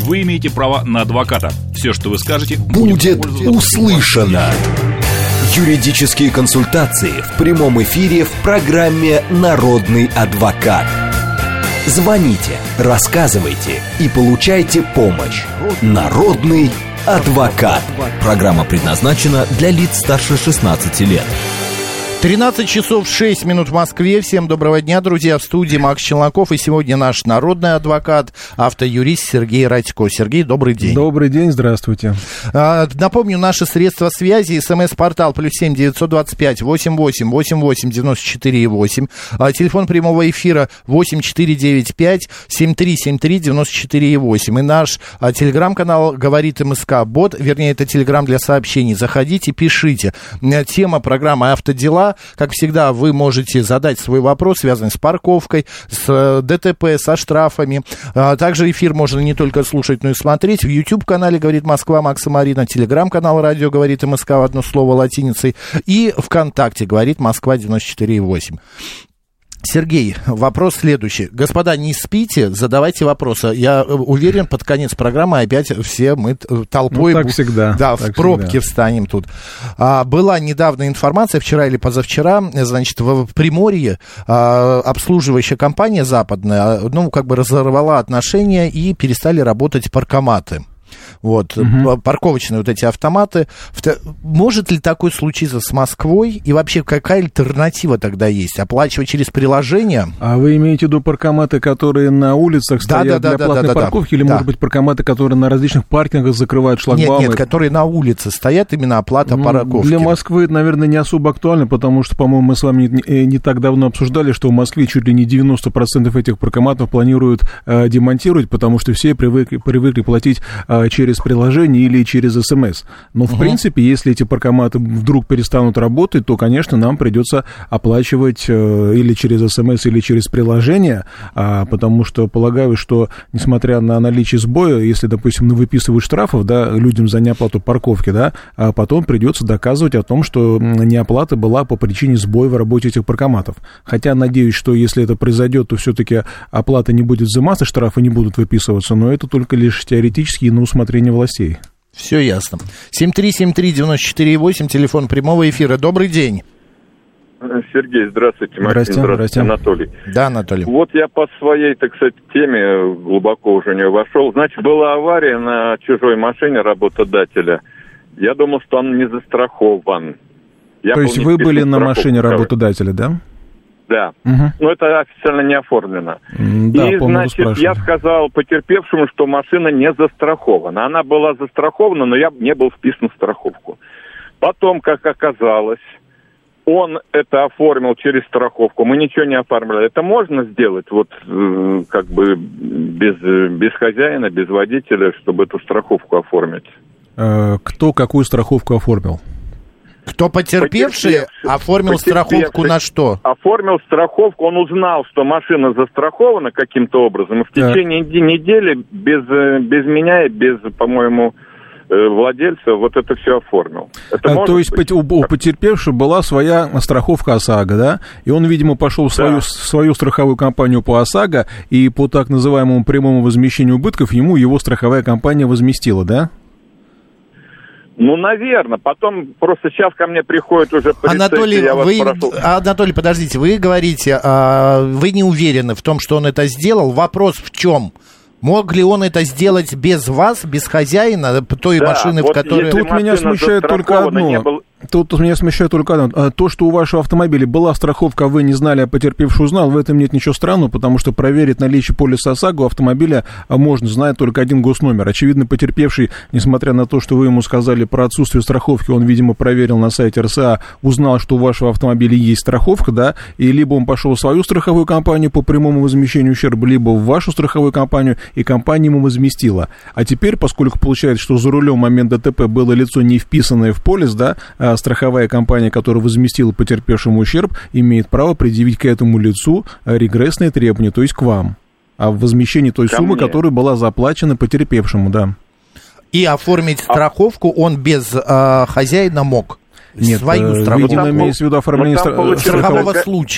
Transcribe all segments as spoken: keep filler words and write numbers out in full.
вы имеете право на адвоката. Все, что вы скажете, будет услышано. Юридические консультации в прямом эфире в программе «Народный адвокат». Звоните, рассказывайте и получайте помощь. Народный адвокат. Программа предназначена для лиц старше шестнадцати лет. тринадцать часов шесть минут в Москве. Всем доброго дня, друзья. В студии Макс Челноков. И сегодня наш народный адвокат, автоюрист Сергей Радько. Сергей, добрый день. Добрый день, здравствуйте. А, напомню, наши средства связи. СМС-портал плюс семь девятьсот двадцать пять восемьдесят восемь восемьдесят восемь девяносто четыре восемь. А, телефон прямого эфира восемь четыре девять пять семь три семь три девяносто четыре восемь. И наш а, телеграм-канал «Говорит МСК Бот». Вернее, это телеграм для сообщений. Заходите, пишите. Тема программы «Автодела». Как всегда, вы можете задать свой вопрос, связанный с парковкой, с ДТП, со штрафами. Также эфир можно не только слушать, но и смотреть. В YouTube-канале «Говорит Москва» Макса Марина, телеграм-канал «Радио говорит МСК» в одно слово латиницей и ВКонтакте «Говорит Москва» девяносто четыре восемь. Сергей, вопрос следующий. Господа, не спите, задавайте вопросы. Я уверен, под конец программы опять все мы толпой... Ну, так всегда. Да, так в пробке всегда. Встанем тут. А, была недавно информация, вчера или позавчера, значит, в Приморье а, обслуживающая компания западная, ну, как бы разорвала отношения и перестали работать паркоматы. Вот, угу. Парковочные вот эти автоматы. Может ли такое случиться с Москвой? И вообще, какая альтернатива тогда есть? Оплачивать через приложение? А вы имеете в виду паркоматы, которые на улицах стоят да, да, для да, платной да, да, парковки? Да, или, да. может быть, паркоматы, которые на различных паркингах закрывают шлагбаумы? Нет, нет, которые на улице стоят, именно оплата ну, парковки. Для Москвы это, наверное, не особо актуально, потому что, по-моему, мы с вами не, не так давно обсуждали, что в Москве чуть ли не девяносто процентов этих паркоматов планируют э, демонтировать, потому что все привыкли, привыкли платить э, через приложение или через СМС. Но, в uh-huh. принципе, если эти паркоматы вдруг перестанут работать, то, конечно, нам придется оплачивать э, или через СМС, или через приложение, а, потому что полагаю, что, несмотря на наличие сбоя, если, допустим, выписывают штрафов, да, людям за неоплату парковки, да, а потом придется доказывать о том, что неоплата была по причине сбоя в работе этих паркоматов. Хотя, надеюсь, что если это произойдет, то все-таки оплата не будет взиматься, штрафы не будут выписываться, но это только лишь теоретически и на усмотрение властей. Все ясно. семь три семь три девяносто четыре восемь, телефон прямого эфира. Добрый день. Сергей, здравствуйте. Максим, здравствуйте, здравствуйте, Анатолий. Да, Анатолий. Вот я по своей, так сказать, теме глубоко уже не вошел. Значит, была авария на чужой машине работодателя. Я думал, что он не застрахован. Я То есть вы были на машине работодателя, да? Да, угу. но это официально не оформлено. Да, и, значит, я сказал потерпевшему, что машина не застрахована. Она была застрахована, но я не был вписан в страховку. Потом, как оказалось, он это оформил через страховку. Мы ничего не оформили. Это можно сделать вот как бы без, без хозяина, без водителя, чтобы эту страховку оформить? Кто какую страховку оформил? Кто потерпевший, потерпевший оформил потерпевший, страховку на что? Оформил страховку, он узнал, что машина застрахована каким-то образом, и в течение так. недели без, без меня и без, по-моему, владельца вот это все оформил. Это а, то есть быть? у, у потерпевшего была своя страховка ОСАГО, да? И он, видимо, пошел в свою, да. свою страховую компанию по ОСАГО, и по так называемому прямому возмещению убытков ему его страховая компания возместила, да? Ну, наверное. Потом просто сейчас ко мне приходит уже полицейский, Анатолий, я вас вы, прошу. Анатолий, подождите, вы говорите, а, вы не уверены в том, что он это сделал. Вопрос в чем? Мог ли он это сделать без вас, без хозяина той да, машины, вот в которой... Тут меня смущает только одно. Был... Тут меня смущает только одно. То, что у вашего автомобиля была страховка, а вы не знали, а потерпевший узнал, в этом нет ничего странного, потому что проверить наличие полиса ОСАГО у автомобиля можно, зная только один госномер. Очевидно, потерпевший, несмотря на то, что вы ему сказали про отсутствие страховки, он, видимо, проверил на сайте РСА, узнал, что у вашего автомобиля есть страховка, да, и либо он пошел в свою страховую компанию по прямому возмещению ущерба, либо в вашу страховую компанию, и компания ему возместила. А теперь, поскольку получается, что за рулем в момент ДТП было лицо, не вписанное в полис, да, страховая компания, которая возместила потерпевшему ущерб, имеет право предъявить к этому лицу регрессные требования, то есть к вам, о возмещении той ко суммы, мне. которая была заплачена потерпевшему, да. И оформить страховку он без э, хозяина мог. Нет, свою страховку. видимо, имеется в виду оформление стра... страхового случая.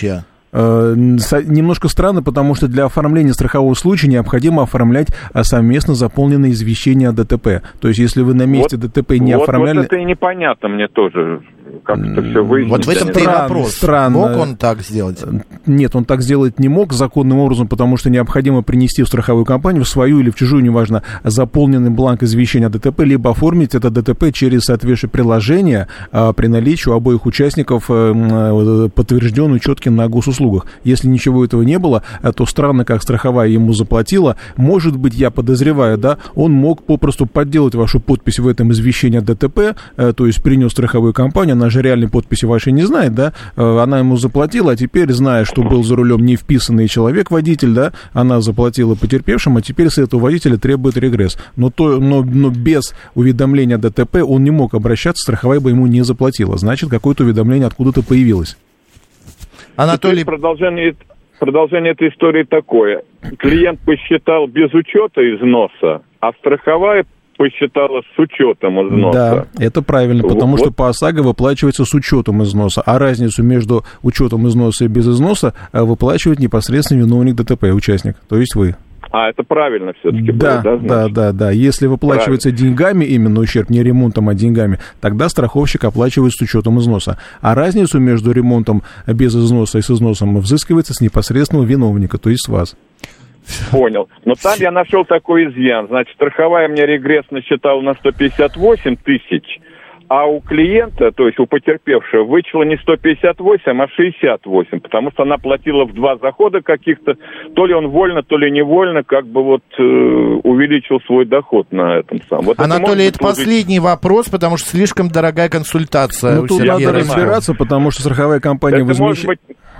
Немножко странно, потому что для оформления страхового случая необходимо оформлять совместно заполненное извещение о ДТП. То есть, если вы на месте вот, ДТП не вот, оформляли... Вот это и непонятно мне тоже, как это все выяснить. Вот в этом-то и вопрос. Странно. Мог он так сделать? Нет, он так сделать не мог законным образом, потому что необходимо принести в страховую компанию, в свою или в чужую, неважно, заполненный бланк извещения о ДТП, либо оформить это ДТП через соответствующее приложение а, при наличии у обоих участников а, подтвержденной учетки на госуслугах. Если ничего этого не было, то странно, как страховая ему заплатила. Может быть, я подозреваю, да, он мог попросту подделать вашу подпись в этом извещении о ДТП, то есть принес страховую компанию, она же реальной подписи вашей не знает, да, она ему заплатила, а теперь, зная, что был за рулем не вписанный человек, водитель, да, она заплатила потерпевшим, а теперь с этого водителя требует регресс. Но, то, но, но без уведомления о ДТП он не мог обращаться, страховая бы ему не заплатила. Значит, какое-то уведомление откуда-то появилось. Анатолий... Продолжение, продолжение этой истории такое. Клиент посчитал без учета износа, а страховая посчитала с учетом износа. Да, это правильно, потому вот. что по ОСАГО выплачивается с учетом износа, а разницу между учетом износа и без износа выплачивает непосредственно виновник ДТП, участник, то есть вы. А, это правильно все-таки да, было, да? Да, да, да. Если выплачивается правильно. деньгами именно ущерб, не ремонтом, а деньгами, тогда страховщик оплачивает с учетом износа. А разницу между ремонтом без износа и с износом взыскивается с непосредственного виновника, то есть с вас. Понял. Но там я нашел такой изъян. Значит, страховая мне регресс насчитала на сто пятьдесят восемь тысяч, а у клиента, то есть у потерпевшего, вычла не сто пятьдесят восемь, а шестьдесят восемь, потому что она платила в два захода каких-то, то ли он вольно, то ли невольно, как бы вот э, увеличил свой доход на этом самом. Вот Анатолий, это, это последний вопрос, потому что слишком дорогая консультация. Ну, тут надо разбираться, потому что страховая компания возмещает...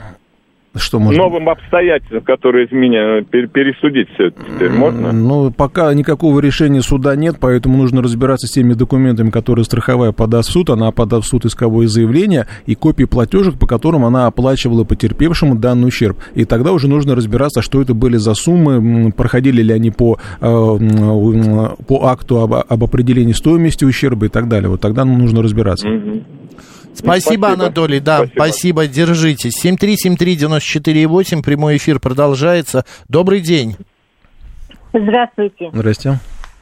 Что можно? Новым обстоятельствам, которые из меня пересудить все это теперь можно? Ну, пока никакого решения суда нет, поэтому нужно разбираться с теми документами, которые страховая подаст в суд. Она подаст в суд исковое заявление и копии платежек, по которым она оплачивала потерпевшему данный ущерб. И тогда уже нужно разбираться, что это были за суммы, проходили ли они по, по акту об, об определении стоимости ущерба и так далее. Вот тогда нужно разбираться. Mm-hmm. Спасибо, спасибо, Анатолий, да, спасибо, спасибо, держитесь. семь три семь три девять четыре восемь, прямой эфир продолжается. Добрый день. Здравствуйте. Здрасте.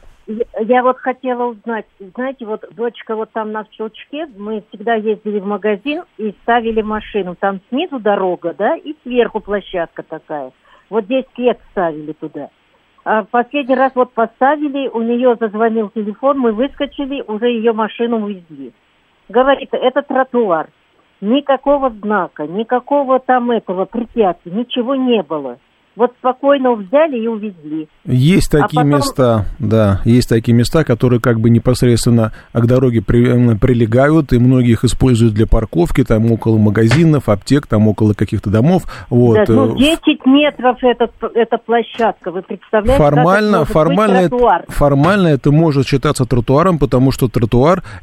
Я вот хотела узнать, знаете, вот дочка вот там на Щелчке, мы всегда ездили в магазин и ставили машину. Там снизу дорога, да, и сверху площадка такая. Вот десять лет ставили туда. А последний раз вот поставили, у нее зазвонил телефон, мы выскочили, уже ее машину увезли. Говорит, это тротуар. Никакого знака, никакого там этого препятствия, ничего не было. Вот спокойно взяли и увезли. Есть такие а потом... места, да, есть такие места, которые как бы непосредственно к дороге при, прилегают, и многие их используют для парковки, там около магазинов, аптек, там около каких-то домов. Вот. Да, ну десять метров этот, эта площадка, вы представляете? Формально, формально, это, формально это может считаться тротуаром, потому что тротуар –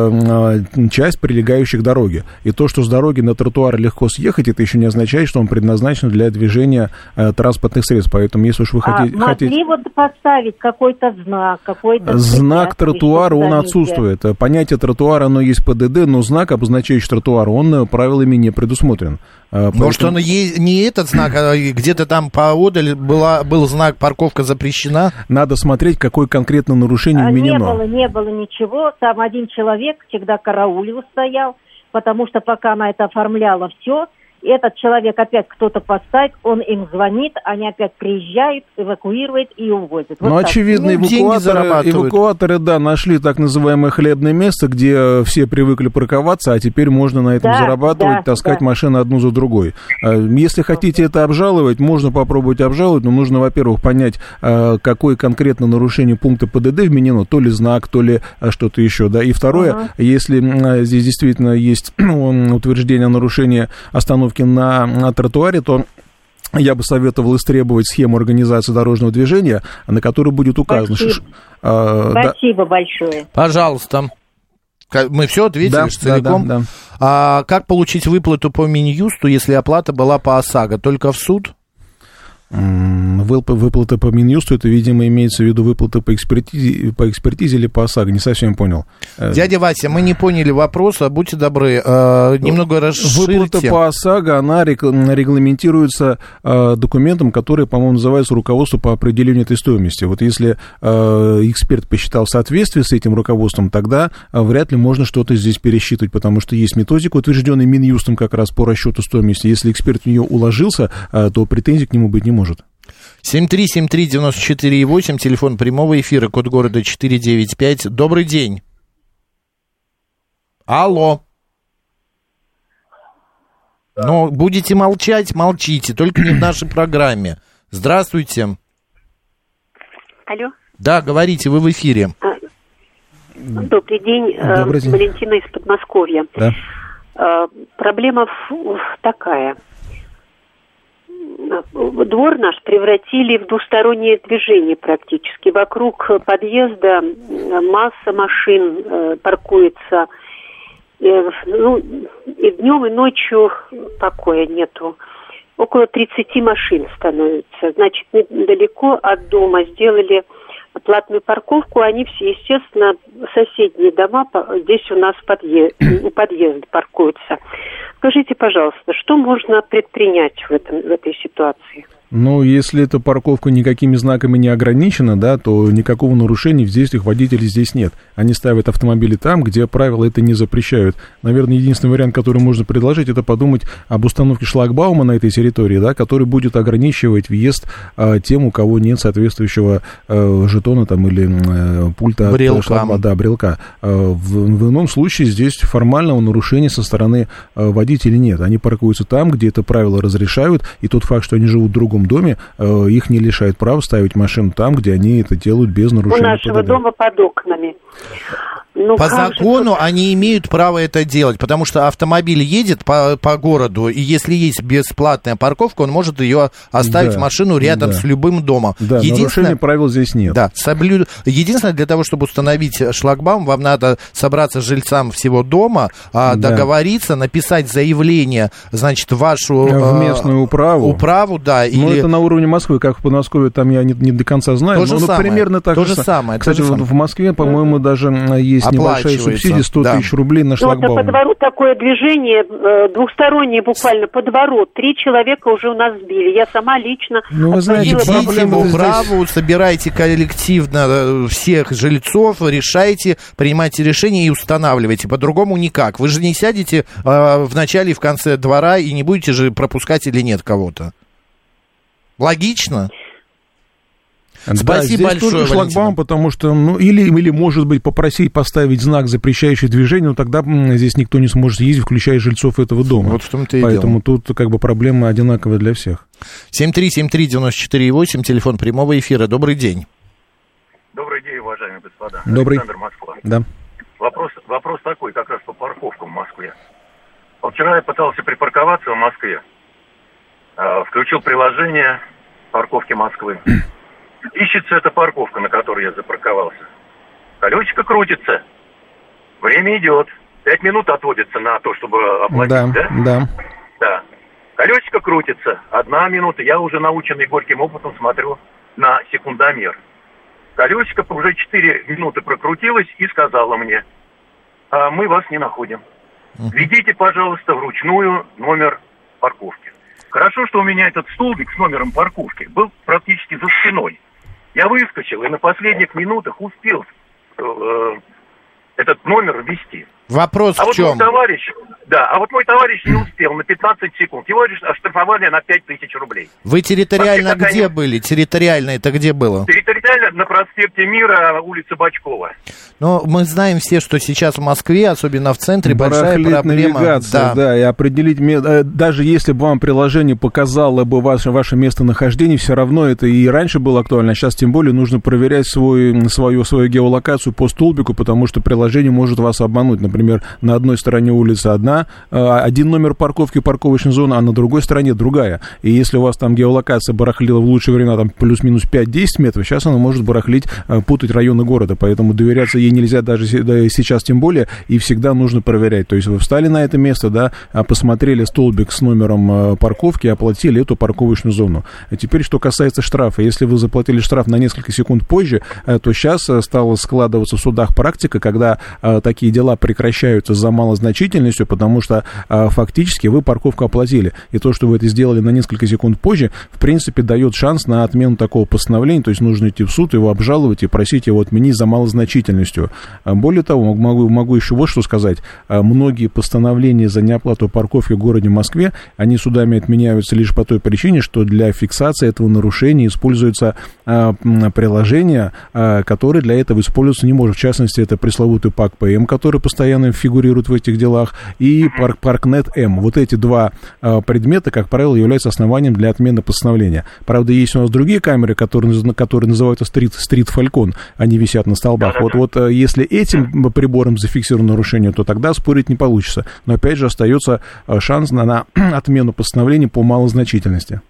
это часть прилегающей к дороге. И то, что с дороги на тротуар легко съехать, это еще не означает, что он предназначен для движения транспортных средств, поэтому если уж вы а хотите... могли хотите... вот поставить какой-то знак, какой-то... Знак тротуара, он отсутствует. Понятие тротуара, оно есть ПДД, но знак, обозначающий тротуар, он правилами не предусмотрен. Поэтому... Может, он не этот знак, а где-то там поодаль была, был знак «парковка запрещена»? Надо смотреть, какое конкретно нарушение а вменено. Не было, не было ничего. Там один человек всегда караулил стоял, потому что пока она это оформляла все, этот человек опять кто-то поставит, он им звонит, они опять приезжают, эвакуируют и увозят. Вот ну, так. Очевидно, ну, эвакуаторы, эвакуаторы, да, нашли так называемое хлебное место, где все привыкли парковаться, а теперь можно на этом да, зарабатывать, да, таскать да. машины одну за другой. Если хотите это обжаловать, можно попробовать обжаловать, но нужно, во-первых, понять, какое конкретно нарушение пункта ПДД вменено, то ли знак, то ли что-то еще, да. И второе, uh-huh. если здесь действительно есть утверждение о нарушении остановки На, на тротуаре, то я бы советовал истребовать схему организации дорожного движения, на которой будет указано. Спасибо, а, Спасибо да. большое. Пожалуйста. Мы все ответили да, целиком. Да, да, да. А как получить выплату по Минюсту, если оплата была по ОСАГО? Только в суд? Выплата по Минюсту, это, видимо, имеется в виду выплата по экспертизе, по экспертизе или по ОСАГО, не совсем понял. Дядя Вася, мы не поняли вопроса, будьте добры, э, немного расширьте. Выплата по ОСАГО, она регламентируется э, документом, который, по-моему, называется руководство по определению этой стоимости. Вот если э, эксперт посчитал соответствие с этим руководством, тогда э, вряд ли можно что-то здесь пересчитывать, потому что есть методика, утвержденная Минюстом как раз по расчету стоимости. Если эксперт в нее уложился, э, то претензий к нему быть не может. семь три семь три девяносто четыре восемь, телефон прямого эфира, код города четыре девять пять. Добрый день. Алло. Ну, будете молчать, молчите, только не в нашей программе. Здравствуйте. Алло. Да, говорите, вы в эфире. Добрый день. Добрый день. Валентина из Подмосковья. Да. Проблема такая. Двор наш превратили в двустороннее движение практически. Вокруг подъезда масса машин паркуется. Ну, и днем, и ночью покоя нету. Около тридцати машин становится. Значит, недалеко от дома сделали платную парковку. Они все, естественно, соседние дома здесь у нас подъезд, у подъезда паркуются. Скажите, пожалуйста, что можно предпринять в, этом, в этой ситуации? Ну, если эта парковка никакими знаками не ограничена, да, то никакого нарушения в действиях водителей здесь нет. Они ставят автомобили там, где правила это не запрещают. Наверное, единственный вариант, который можно предложить, это подумать об установке шлагбаума на этой территории, да, который будет ограничивать въезд а, тем, у кого нет соответствующего а, жетона там, или а, пульта брелка. Шлагбаума, да, брелка. А, в, в ином случае здесь формального нарушения со стороны а, водителей нет. Они паркуются там, где это правило разрешают, и тот факт, что они живут в другом доме, их не лишает права ставить машину там, где они это делают без нарушения. У нашего ПДД. Дома под окнами. Ну, по закону же... они имеют право это делать, потому что автомобиль едет по, по городу, и если есть бесплатная парковка, он может ее оставить, да, машину рядом, да, с любым домом. Да, нарушения правил здесь нет. Да, соблю... Единственное, для того, чтобы установить шлагбаум, вам надо собраться с жильцам всего дома, да, договориться, написать заявление, значит, вашу... В местную управу. Управу, да. Ну, или... это на уровне Москвы, как в Подмосковье, там я не, не до конца знаю. То же но, самое. Ну, примерно так то же, же самое. Кстати, то же вот самое. В Москве, по-моему, даже есть небольшая субсидия, сто тысяч рублей на шлагбаум. Ну, это по двору такое движение, двухстороннее буквально, по двору. Три человека уже у нас сбили. Я сама лично... Ну, вы знаете, идите в управу, здесь... собирайте коллективно всех жильцов, решайте, принимайте решения и устанавливайте. По-другому никак. Вы же не сядете э, в начале и в конце двора и не будете же пропускать или нет кого-то. Логично? Спасибо, да, большое, тоже шлагбаум, потому что, ну, или, или, может быть, попросить поставить знак, запрещающий движение, но тогда здесь никто не сможет ездить, включая жильцов этого дома. Вот в том-то и Поэтому дело. Тут как бы проблема одинаковая для всех. семь три семь три девяносто четыре восемь, телефон прямого эфира. Добрый день. Добрый день, уважаемые господа. Добрый. Александр, Москва. Да. Вопрос, вопрос такой, как раз по парковкам в Москве. Вот вчера я пытался припарковаться в Москве, включил приложение парковки Москвы. Ищется эта парковка, на которой я запарковался. Колесико крутится. Время идет. Пять минут отводится на то, чтобы оплатить, да? Да, да. Да. Колесико крутится. Одна минута. Я уже наученный горьким опытом смотрю на секундомер. Колесико уже четыре минуты прокрутилось и сказала мне: а мы вас не находим. Введите, пожалуйста, вручную номер парковки. Хорошо, что у меня этот столбик с номером парковки был практически за спиной. Я выскочил и на последних минутах успел э, этот номер ввести. Вопрос а в вот чем? Мой товарищ, да, а вот мой товарищ не успел на пятнадцать секунд. Его оштрафовали на пять тысяч рублей. Вы территориально Вообще, где такая... были? Территориально это где было? Территориально на проспекте Мира, улица Бочкова. Но мы знаем все, что сейчас в Москве, особенно в центре, большая Барахлит проблема. навигация, да. да, и определить, даже если бы вам приложение показало бы ваше, ваше местонахождение, все равно это и раньше было актуально, а сейчас тем более нужно проверять свой, свою, свою геолокацию по столбику, потому что приложение может вас обмануть. Например, на одной стороне улицы одна, один номер парковки, парковочной зоны, а на другой стороне другая. И если у вас там геолокация барахлила в лучшие времена там плюс-минус пять-десять метров, сейчас она может барахлить, путать районы города, поэтому доверяться ей нельзя даже сейчас тем более, и всегда нужно проверять. То есть вы встали на это место, да, посмотрели столбик с номером парковки, оплатили эту парковочную зону. А теперь, что касается штрафа. Если вы заплатили штраф на несколько секунд позже, то сейчас стала складываться в судах практика, когда такие дела прекращаются за малозначительностью, потому что фактически вы парковку оплатили. И то, что вы это сделали на несколько секунд позже, в принципе, дает шанс на отмену такого постановления. То есть нужно идти в суд, его обжаловать и просить его отменить за малозначительностью. Более того, могу, могу еще вот что сказать. Многие постановления за неоплату парковки в городе Москве, они судами отменяются лишь по той причине, что для фиксации этого нарушения используется а, приложение, а, которое для этого использоваться не может. В частности, это пресловутый ПАК-ПМ, который постоянно фигурирует в этих делах, и Парк, Паркнет-М. Вот эти два а, предмета, как правило, являются основанием для отмены постановления. Правда, есть у нас другие камеры, которые, которые называются стрит, стрит Фалькон, они висят на столбах. Вот, вот если этим прибором зафиксировано нарушение, то тогда спорить не получится. Но опять же остается шанс на, на отмену постановления по малозначительности.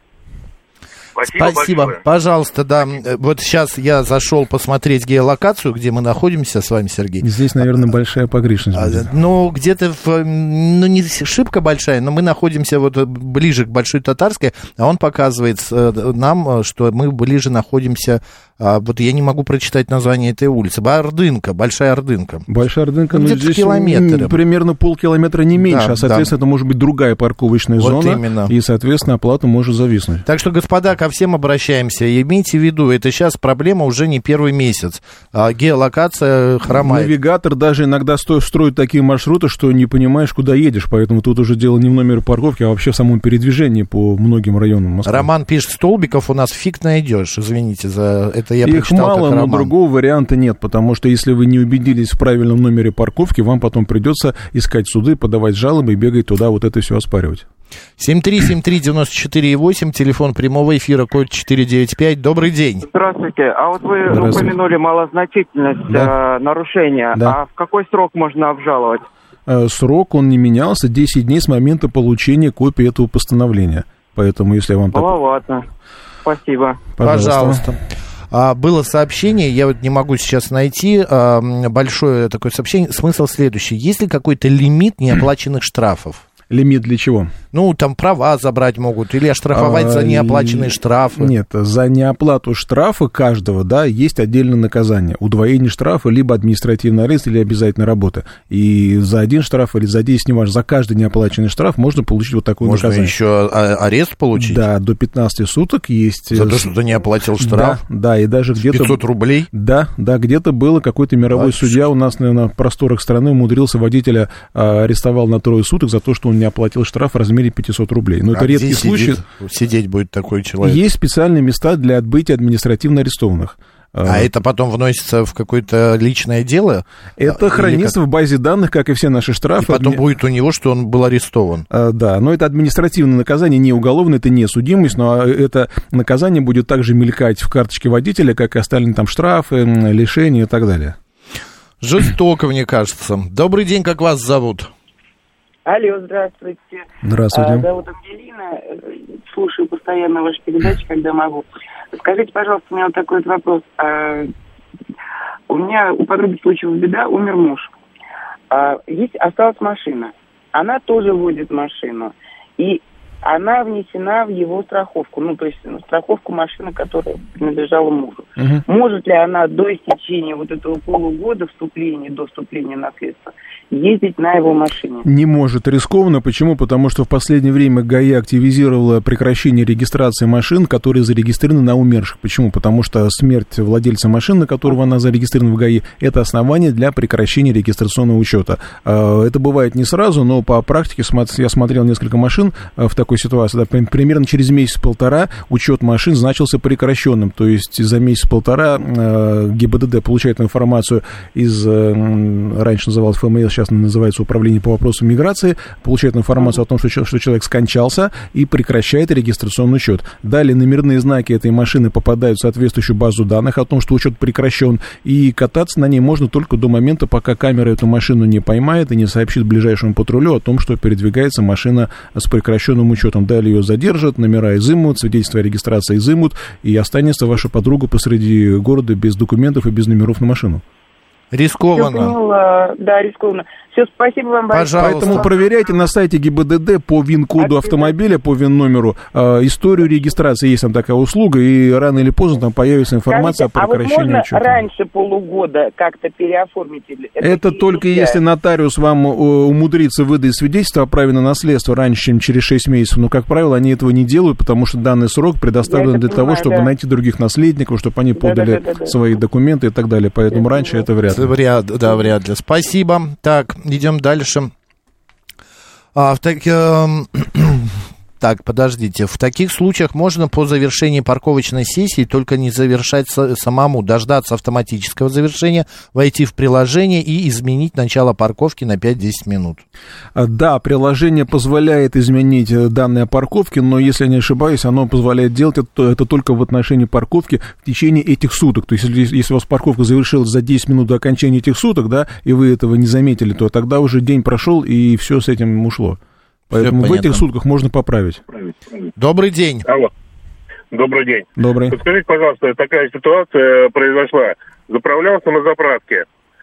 Спасибо, Спасибо. Пожалуйста, да. Вот сейчас я зашел посмотреть геолокацию, где мы находимся с вами, Сергей. Здесь, наверное, большая погрешность будет. Ну, где-то, в, ну, не шибко большая, но мы находимся вот ближе к Большой Татарской, а он показывает нам, что мы ближе находимся, вот я не могу прочитать название этой улицы, Ордынка, Большая Ордынка. Большая Ордынка, ну, ну, здесь километр. Примерно полкилометра, не меньше, да, а, соответственно, да. Это может быть другая парковочная вот зона, именно. И, соответственно, оплата может зависнуть. Так что, господа, ко всем обращаемся. И имейте в виду, это сейчас проблема уже не первый месяц. А геолокация хромает. Навигатор даже иногда строит такие маршруты, что не понимаешь, куда едешь. Поэтому тут уже дело не в номере парковки, а вообще в самом передвижении по многим районам Москвы. Роман пишет, столбиков у нас фиг найдешь. Извините за это, я Их прочитал мало, как но Роман. Другого варианта нет, потому что если вы не убедились в правильном номере парковки, вам потом придется искать суды, подавать жалобы и бегать туда, вот это все оспаривать. семь три семь три девять четыре восемь, телефон прямого эфира, код четыре девять пять. Добрый день. Здравствуйте. А вот вы упомянули малозначительность да. э, нарушения. Да. А в какой срок можно обжаловать? Э, срок, он не менялся, десять дней с момента получения копии этого постановления. Поэтому, если я вам... Маловато. Спасибо. Пожалуйста. Пожалуйста. А, было сообщение, я вот не могу сейчас найти, а, большое такое сообщение. Смысл следующий. Есть ли какой-то лимит неоплаченных штрафов? Лимит для чего? Ну, там права забрать могут или оштрафовать а, за неоплаченные штрафы. Нет, за неоплату штрафа каждого, да, есть отдельное наказание. Удвоение штрафа, либо административный арест, или обязательная работа. И за один штраф или за десять, неважно, за каждый неоплаченный штраф можно получить вот такое можно наказание. Можно еще арест получить? Да, до пятнадцати суток есть. За то, что ты не оплатил штраф? Да, да, и даже где-то... пятьсот рублей? Да, да, где-то было какой-то мировой Батюшки. Судья у нас на, на просторах страны умудрился водителя, а, арестовал на трое суток за то, что он не оплатил штраф в размере пятьсот рублей. Но а это редкий случай. Сидеть будет такой человек. Есть специальные места для отбытия административно арестованных. А uh, это потом вносится в какое-то личное дело? Это хранится как... в базе данных, как и все наши штрафы. И потом Адми... будет у него, что он был арестован. Uh, да, но это административное наказание, не уголовное, это не судимость, но это наказание будет также мелькать в карточке водителя, как и остальные там штрафы, лишения и так далее. Жестоко, мне кажется. Добрый день, как вас зовут? Алло, здравствуйте. Здравствуйте. А, зовут Ангелина. Слушаю постоянно ваши передачи, когда могу. Скажите, пожалуйста, у меня вот такой вот вопрос. А, у меня у подруги случилась беда, умер муж. А, есть, осталась машина. Она тоже водит машину. И она внесена в его страховку. Ну, то есть ну, страховку машины, которая принадлежала мужу. Uh-huh. Может ли она до истечения вот этого полугода вступления, до вступления в наследство, ездить на его машине? Не может. Рискованно. Почему? Потому что в последнее время ГАИ активизировала прекращение регистрации машин, которые зарегистрированы на умерших. Почему? Потому что смерть владельца машины, на которого она зарегистрирована в ГАИ, это основание для прекращения регистрационного учета. Это бывает не сразу, но по практике я смотрел несколько машин в такой ситуации. Да, примерно через месяц-полтора учет машин значился прекращенным. То есть за месяц-полтора ГИБДД получает информацию из, раньше называлось ФМС, сейчас называется управление по вопросам миграции, получает информацию о том, что, что человек скончался, и прекращает регистрационный учет. Далее номерные знаки этой машины попадают в соответствующую базу данных о том, что учет прекращен, и кататься на ней можно только до момента, пока камера эту машину не поймает и не сообщит ближайшему патрулю о том, что передвигается машина с прекращенным учетом. Далее ее задержат, номера изымут, свидетельство о регистрации изымут, и останется ваша подруга посреди города без документов и без номеров на машину. Рискованно. Все поняла. Да, рискованно. Все, спасибо вам большое. Пожалуйста. Поэтому проверяйте на сайте ГИБДД по ВИН-коду автомобиля, по ВИН-номеру, э, историю регистрации. Есть там такая услуга, и рано или поздно там появится информация Скажите, о прекращении а вот учета. можно раньше полугода как-то переоформить? Это, Это только нельзя. если нотариус вам э, умудрится выдать свидетельство о праве на наследство раньше, чем через шесть месяцев. Но, как правило, они этого не делают, потому что данный срок предоставлен для понимаю, того, чтобы да. найти других наследников, чтобы они подали да, да, да, да. свои документы и так далее. Поэтому Я раньше понимаю. это вряд ли. Вряд, да, вряд ли. Спасибо. Так, идем дальше. А, в так, э, так, подождите. В таких случаях можно по завершении парковочной сессии только не завершать с, самому, дождаться автоматического завершения, войти в приложение и изменить начало парковки на пять-десять минут. Да, приложение позволяет изменить данные о парковке, но, если я не ошибаюсь, оно позволяет делать это, это только в отношении парковки в течение этих суток. То есть, если, если у вас парковка завершилась за десять минут до окончания этих суток, да, и вы этого не заметили, то тогда уже день прошел, и все с этим ушло. Поэтому в этих сутках можно поправить. Добрый день. Алло. Добрый день. Добрый. Подскажите, пожалуйста, такая ситуация произошла. Заправлялся на заправке.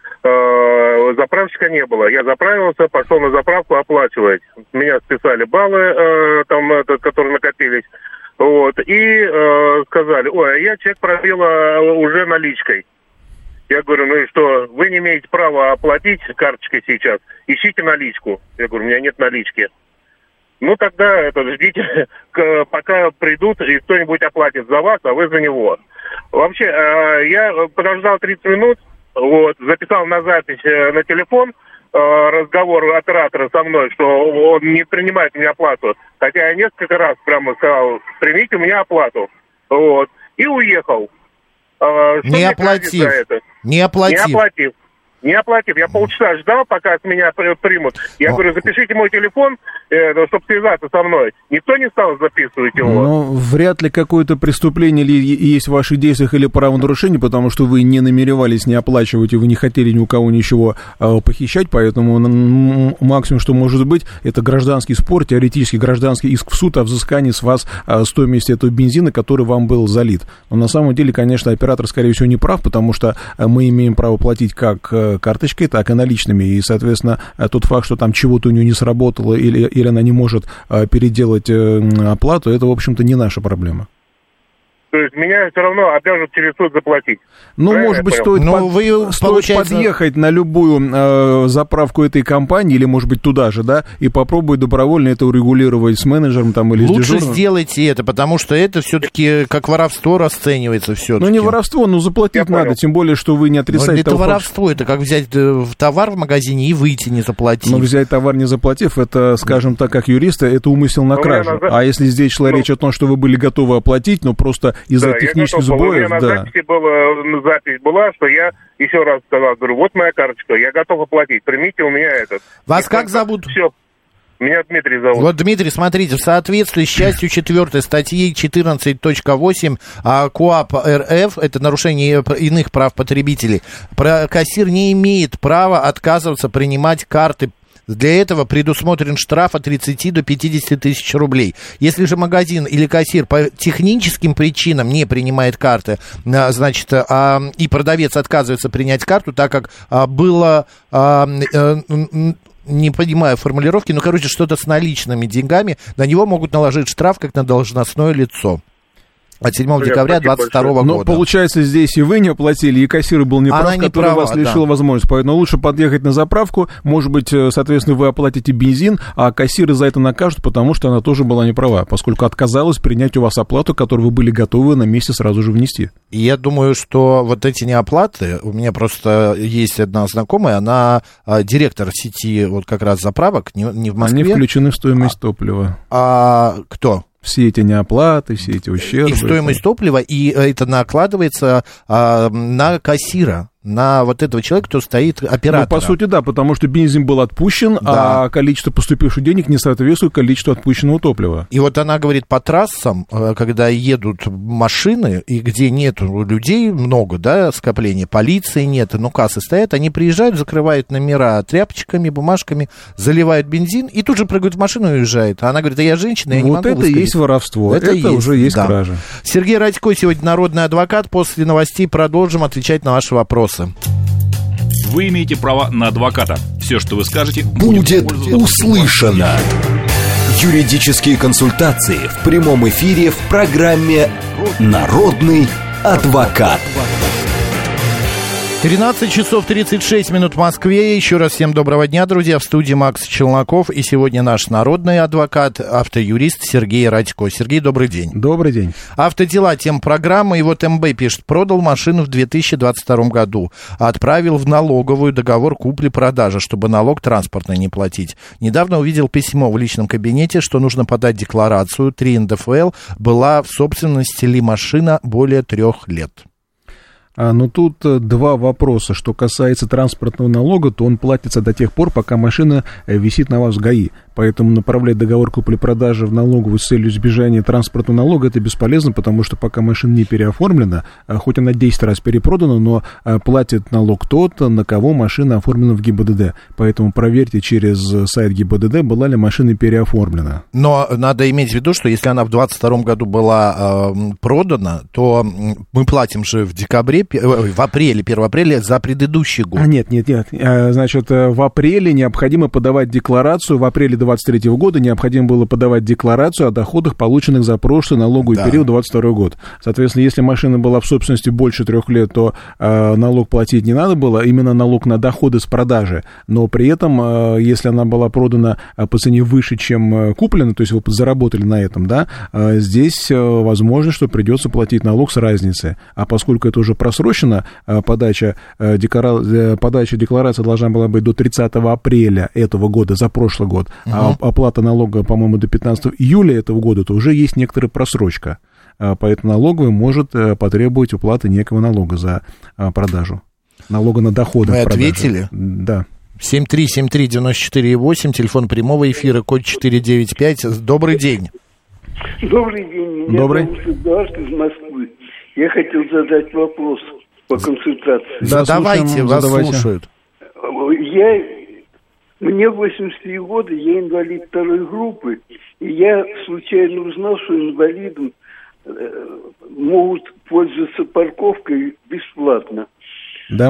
Заправщика не было. Я заправился, пошел на заправку оплачивать. Меня списали баллы, там, которые накопились. Вот. И э, сказали, ой, я чек пробил уже наличкой. Я говорю, ну и что, вы не имеете права оплатить карточкой сейчас, ищите наличку. Я говорю, у меня нет налички. Ну тогда это, ждите, пока придут и кто-нибудь оплатит за вас, а вы за него. Вообще, э, я подождал тридцать минут, вот, записал на запись э, на телефон э, разговор оператора со мной, что он не принимает у меня оплату. Хотя я несколько раз прямо сказал, примите у меня оплату. Вот. И уехал. Э, что не оплатив. Не оплатив. Не оплатив. Не оплатив. Я полчаса ждал, пока с меня примут. Я О. говорю, запишите мой телефон, э, чтобы связаться со мной. Никто не стал записывать его. Ну, вряд ли какое-то преступление ли есть в ваших действиях или правонарушение, потому что вы не намеревались не оплачивать, и вы не хотели ни у кого ничего э, похищать, поэтому м- максимум, что может быть, это гражданский спор, теоретически гражданский иск в суд о взыскании с вас э, стоимости этого бензина, который вам был залит. Но на самом деле, конечно, оператор, скорее всего, не прав, потому что э, мы имеем право платить как э, карточкой, так и наличными. И, соответственно, тот факт, что там чего-то у нее не сработало или, или она не может а, переделать а, оплату, это, в общем-то, не наша проблема. То есть меня все равно обяжут через суд заплатить. Ну, правильно, может быть, стоит, ну, под, вы, стоит получается... подъехать на любую э, заправку этой компании, или, может быть, туда же, да, и попробовать добровольно это урегулировать с менеджером там, или Лучше с дежурным. Лучше сделайте это, потому что это все-таки как воровство расценивается все-таки. Ну, не воровство, но заплатить Я надо, понял. Тем более, что вы не отрицаете это того, воровство, это как взять товар в магазине и выйти, не заплатив. Но взять товар, не заплатив, это, скажем так, как юристы, это умысел на кражу. Назад... А если здесь шла ну... речь о том, что вы были готовы оплатить, но просто из-за да, технических сбоев, у меня на да. записи была, запись была, что я еще раз сказал, говорю, вот моя карточка, я готов оплатить, примите у меня этот. Вас и как зовут? Все. Меня Дмитрий зовут. Вот, Дмитрий, смотрите, в соответствии с частью четвёртой статьи четырнадцать точка восемь КоАП РФ, это нарушение иных прав потребителей, кассир не имеет права отказываться принимать карты. Для этого предусмотрен штраф от тридцати до пятидесяти тысяч рублей. Если же магазин или кассир по техническим причинам не принимает карты, значит, а, и продавец отказывается принять карту, так как а, было... А, а, не понимаю формулировки, но, короче, что-то с наличными деньгами, на него могут наложить штраф, как на должностное лицо. От седьмого декабря двадцать второго года. Но получается, здесь и вы не оплатили, и кассир был неправ, Она не который права, вас лишил да. возможности. Поэтому лучше подъехать на заправку, может быть, соответственно, вы оплатите бензин, а кассиры за это накажут, потому что она тоже была не права, поскольку отказалась принять у вас оплату, которую вы были готовы на месте сразу же внести. И я думаю, что вот эти неоплаты, у меня просто есть одна знакомая, она а, директор сети вот как раз заправок, не, не в Москве. Они включены в стоимость а, топлива. А кто? Все эти неоплаты, все эти ущербы. И стоимость топлива, и это накладывается а, на кассира. на вот этого человека, кто стоит оператором. Ну, по сути, да, потому что бензин был отпущен, да. а количество поступивших денег не соответствует количеству отпущенного топлива. И вот она говорит, по трассам, когда едут машины, и где нет людей много, да, скопления, полиции нет, но кассы стоят, они приезжают, закрывают номера тряпочками, бумажками, заливают бензин и тут же прыгают в машину и уезжают. А она говорит, да я женщина, я вот не могу это высказать. Есть воровство, это, это есть, уже есть да. кража. Сергей Радько сегодня народный адвокат. После новостей продолжим отвечать на ваши вопросы. Вы имеете право на адвоката. Все, что вы скажете, будет, будет услышано. Юридические консультации в прямом эфире в программе «Народный адвокат». тринадцать часов тридцать шесть минут в Москве. Еще раз всем доброго дня, друзья. В студии Макс Челноков. И сегодня наш народный адвокат, автоюрист Сергей Радько. Сергей, добрый день. Добрый день. Автодела, тема программы. И вот МБ пишет. Продал машину в две тысячи двадцать втором году. Отправил в налоговую договор купли-продажи, чтобы налог транспортный не платить. Недавно увидел письмо в личном кабинете, что нужно подать декларацию. три эн дэ эф эл. Была в собственности ли машина более трех лет? А, ну, тут два вопроса. Что касается транспортного налога, то он платится до тех пор, пока машина висит на вас в ГАИ. Поэтому направлять договор купли-продажи в налоговую с целью избежания транспортного налога — это бесполезно, потому что пока машина не переоформлена, хоть она десять раз перепродана, но платит налог тот, на кого машина оформлена в гэ и бэ дэ дэ. Поэтому проверьте через сайт гэ и бэ дэ дэ, была ли машина переоформлена. Но надо иметь в виду, что если она в двадцать втором году была э, продана, то мы платим же в декабре, в апреле, первого апреля за предыдущий год. А, нет, нет, нет. Значит, в апреле необходимо подавать декларацию, в апреле двадцать третьего года необходимо было подавать декларацию о доходах, полученных за прошлый налоговый да. период двадцать второй год. Соответственно, если машина была в собственности больше трех лет, то э, налог платить не надо было, именно налог на доходы с продажи. Но при этом, э, если она была продана по цене выше, чем куплена, то есть вы заработали на этом, да, э, здесь э, возможно, что придется платить налог с разницы. А поскольку это уже просрочено, э, подача, э, декора... э, подача декларации должна была быть до тридцатого апреля этого года, за прошлый год, uh-huh. а оплата налога, по-моему, до пятнадцатого июля этого года, то уже есть некоторая просрочка. Поэтому налоговый может потребовать уплаты некого налога за продажу. Налога на доходы. Вы ответили? Да. семь три семь три девять четыре восемь, телефон прямого эфира, код четыре девять пять. Добрый день. Добрый день. Меня Добрый. зовут Эдуард из Москвы. Я хотел задать вопрос по консультации. Да, да давайте, вас задавайте. Слушают. Я... Мне восемьдесят три года, я инвалид второй группы, и я случайно узнал, что инвалидам э, могут пользоваться парковкой бесплатно. Да.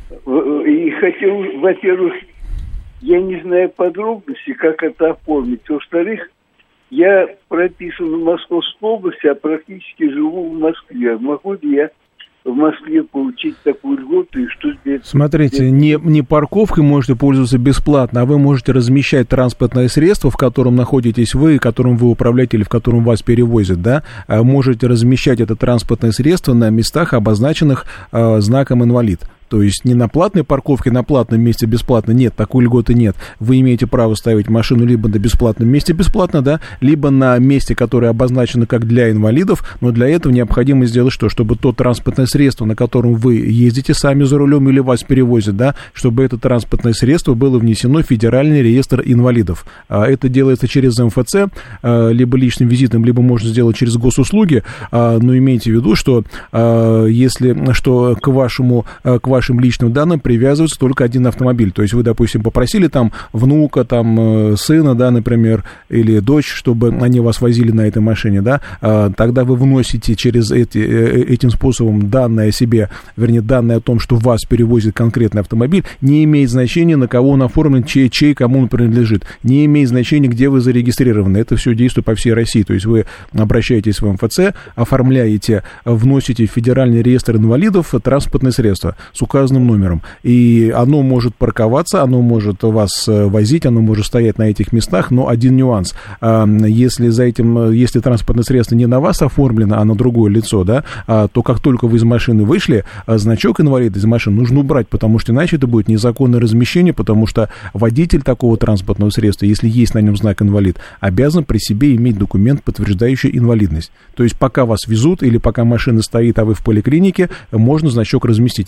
И хотел, во-первых, я не знаю подробностей, как это оформить. Во-вторых, я прописан в Московской области, а практически живу в Москве. Могу ли я в Москве получить такую льготу, и что здесь? Смотрите, не, не парковкой можете пользоваться бесплатно, а вы можете размещать транспортное средство, в котором находитесь вы, которым вы управляете или в котором вас перевозят, да, можете размещать это транспортное средство на местах, обозначенных э, знаком «инвалид». То есть не на платной парковке, на платном месте бесплатно, нет, такой льготы нет. Вы имеете право ставить машину либо на бесплатном месте бесплатно, да, либо на месте, которое обозначено как для инвалидов, но для этого необходимо сделать что? Чтобы то транспортное средство, на котором вы ездите сами за рулем или вас перевозят, да, чтобы это транспортное средство было внесено в Федеральный реестр инвалидов. Это делается через эм эф цэ, либо личным визитом, либо можно сделать через госуслуги, но имейте в виду, что если, что к вашему, к вашему вашим личным данным привязывается только один автомобиль. То есть вы, допустим, попросили там внука, там сына, да, например, или дочь, чтобы они вас возили на этой машине, да, тогда вы вносите через эти, этим способом данные о себе, вернее, данные о том, что вас перевозит конкретный автомобиль, не имеет значения, на кого он оформлен, чей, чей кому он принадлежит, не имеет значения, где вы зарегистрированы. Это все действует по всей России. То есть вы обращаетесь в эм эф цэ, оформляете, вносите в Федеральный реестр инвалидов транспортное средство с указанным номером. И оно может парковаться, оно может вас возить, оно может стоять на этих местах, но один нюанс. Если за этим, если транспортное средство не на вас оформлено, а на другое лицо, да, то как только вы из машины вышли, значок инвалида из машины нужно убрать, потому что иначе это будет незаконное размещение, потому что водитель такого транспортного средства, если есть на нем знак инвалид, обязан при себе иметь документ, подтверждающий инвалидность. То есть пока вас везут или пока машина стоит, а вы в поликлинике, можно значок разместить. Если вы из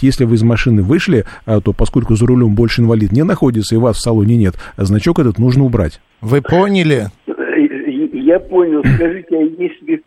машины вышли, то поскольку за рулем больше инвалид не находится и вас в салоне нет, значок этот нужно убрать. Вы поняли? Я понял. Скажите, а если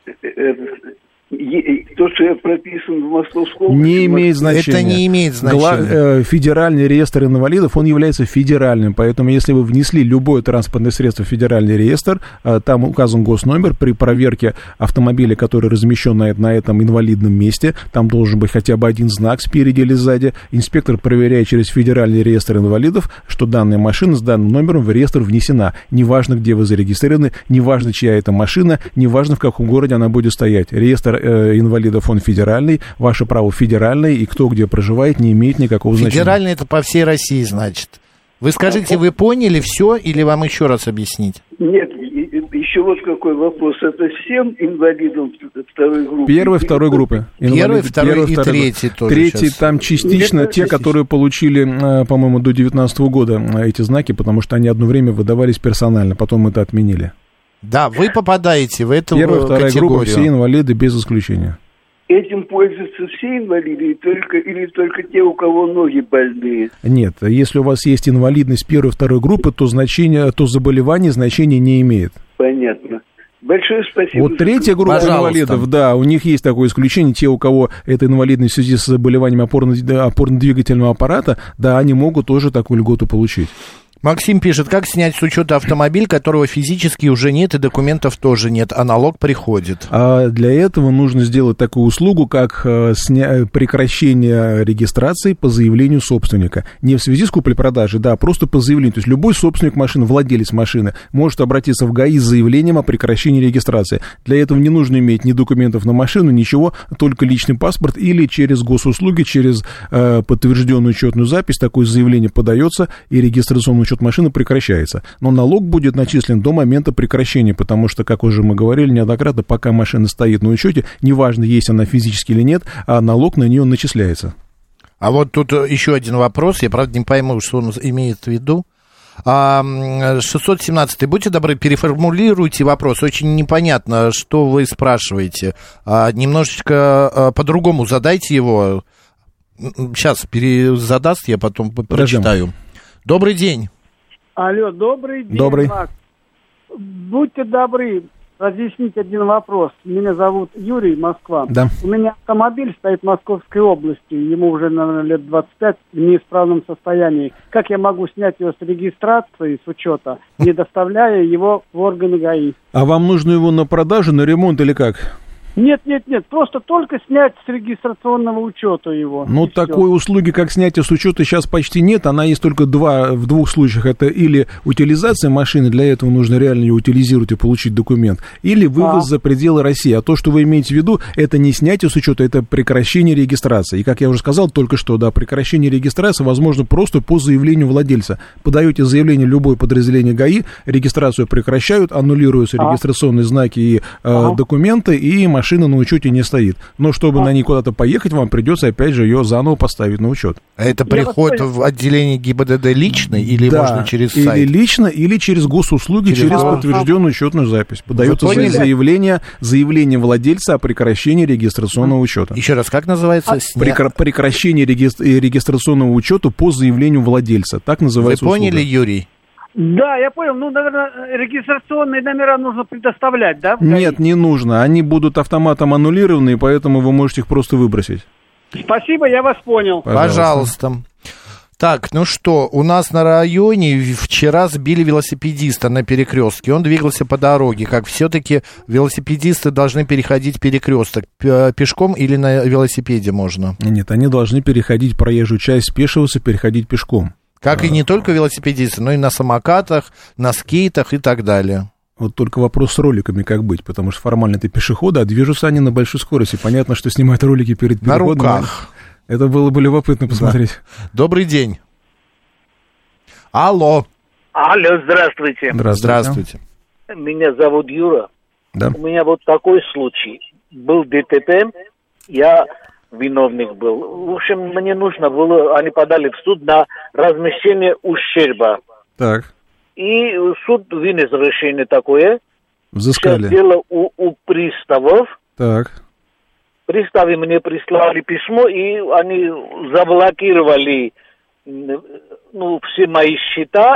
то, что я прописан в Московской области... Не имеет значения. Это не имеет значения. Гла- федеральный реестр инвалидов, он является федеральным, поэтому если вы внесли любое транспортное средство в федеральный реестр, там указан госномер, при проверке автомобиля, который размещен на, на этом инвалидном месте, там должен быть хотя бы один знак спереди или сзади. Инспектор проверяет через федеральный реестр инвалидов, что данная машина с данным номером в реестр внесена. Неважно, где вы зарегистрированы, неважно, чья это машина, неважно, в каком городе она будет стоять. Реестр инвалидов, он федеральный, ваше право федеральное, и кто где проживает, не имеет никакого значения. Федеральный это по всей России, значит. Вы скажите, вы поняли все, или вам еще раз объяснить? Нет, еще вот какой вопрос. Это всем инвалидам второй группы? Первой, второй группы. Первый, второй первый, и второй, третий тоже. Третий сейчас. Там частично Нет, те, которые получили, по-моему, до девятнадцатого года эти знаки, потому что они одно время выдавались персонально, потом это отменили. Да, вы попадаете в эту Первая, категорию. Первая, вторая группа, все инвалиды без исключения. Этим пользуются все инвалиды только, или только те, у кого ноги больные? Нет, если у вас есть инвалидность первой, второй группы, то значение, то заболевание значения не имеет. Понятно. Большое спасибо. Вот третья группа Пожалуйста. инвалидов, да, у них есть такое исключение. Те, у кого это инвалидность в связи с заболеванием опорно- опорно-двигательного аппарата, да, они могут тоже такую льготу получить. Максим пишет, как снять с учета автомобиль, которого физически уже нет и документов тоже нет, а налог приходит? А для этого нужно сделать такую услугу, как сня... прекращение регистрации по заявлению собственника. Не в связи с куплей-продажей, да, а просто по заявлению. То есть любой собственник машины, владелец машины, может обратиться в ГАИ с заявлением о прекращении регистрации. Для этого не нужно иметь ни документов на машину, ничего, только личный паспорт или через госуслуги, через э, подтвержденную учетную запись такое заявление подается и регистрационный учет машины прекращается. Но налог будет начислен до момента прекращения, потому что, как уже мы говорили неоднократно, пока машина стоит на учете, неважно, есть она физически или нет, а налог на нее начисляется. А вот тут еще один вопрос, я, правда, не пойму, что он имеет в виду. шестьсот семнадцатый, будьте добры, переформулируйте вопрос, очень непонятно, что вы спрашиваете. Немножечко по-другому задайте его. Сейчас перезадаст, я потом прочитаю. Добрый день. Алло, добрый день, добрый. Макс. Будьте добры, разъяснить один вопрос. Меня зовут Юрий, Москва. Да. У меня автомобиль стоит в Московской области, ему уже, наверное, лет двадцать пять, в неисправном состоянии. Как я могу снять его с регистрации, с учета, не доставляя его в органы ГАИ? А вам нужно его на продажу, на ремонт или как? Нет, нет, нет, просто только снять с регистрационного учета его. Ну, такой все. Услуги, как снятие с учета, сейчас почти нет. Она есть только два, в двух случаях. Это или утилизация машины, для этого нужно реально ее утилизировать и получить документ, или вывоз а. за пределы России. А то, что вы имеете в виду, это не снятие с учета, это прекращение регистрации. И, как я уже сказал только что, да, прекращение регистрации возможно просто по заявлению владельца. Подаете заявление любое подразделение ГАИ, регистрацию прекращают, аннулируются а. регистрационные знаки и э, а. документы, и машина машина на учете не стоит. Но чтобы а. на ней куда-то поехать, вам придется, опять же, ее заново поставить на учет. А это приход в отделение ГИБДД лично или да, можно через сайт? Или лично, или через госуслуги, через, через подтвержденную учетную запись. Подается заявление, заявление владельца о прекращении регистрационного учета. Еще раз, как называется? Прекра- прекращение регистр- регистрационного учета по заявлению владельца. Так называется. Вы поняли, услуга. Юрий? Да, я понял. Ну, наверное, регистрационные номера нужно предоставлять, да? Нет, не нужно. Они будут автоматом аннулированы, и поэтому вы можете их просто выбросить. Спасибо, я вас понял. Пожалуйста. Пожалуйста. Так, ну что, у нас на районе вчера сбили велосипедиста на перекрестке. Он двигался по дороге. Как все-таки велосипедисты должны переходить перекресток? Пешком или на велосипеде можно? Нет, они должны переходить проезжую часть, спешиваться, переходить пешком. Как и не только велосипедисты, но и на самокатах, на скейтах и так далее. Вот только вопрос с роликами как быть, потому что формально это пешеходы, а движутся они на большой скорости. Понятно, что снимают ролики перед переходом. На руках. Это было бы любопытно посмотреть. Да. Добрый день. Алло. Алло, здравствуйте. Здравствуйте. Здравствуйте. Меня зовут Юра. Да. У меня вот такой случай. Был ДТП, я... виновник был. В общем, мне нужно было, они подали в суд на размещение ущерба. Так. И суд вынес решение такое. Взыскали. Сейчас дело у, у приставов. Так. приставы мне прислали письмо, и они заблокировали ну, все мои счета,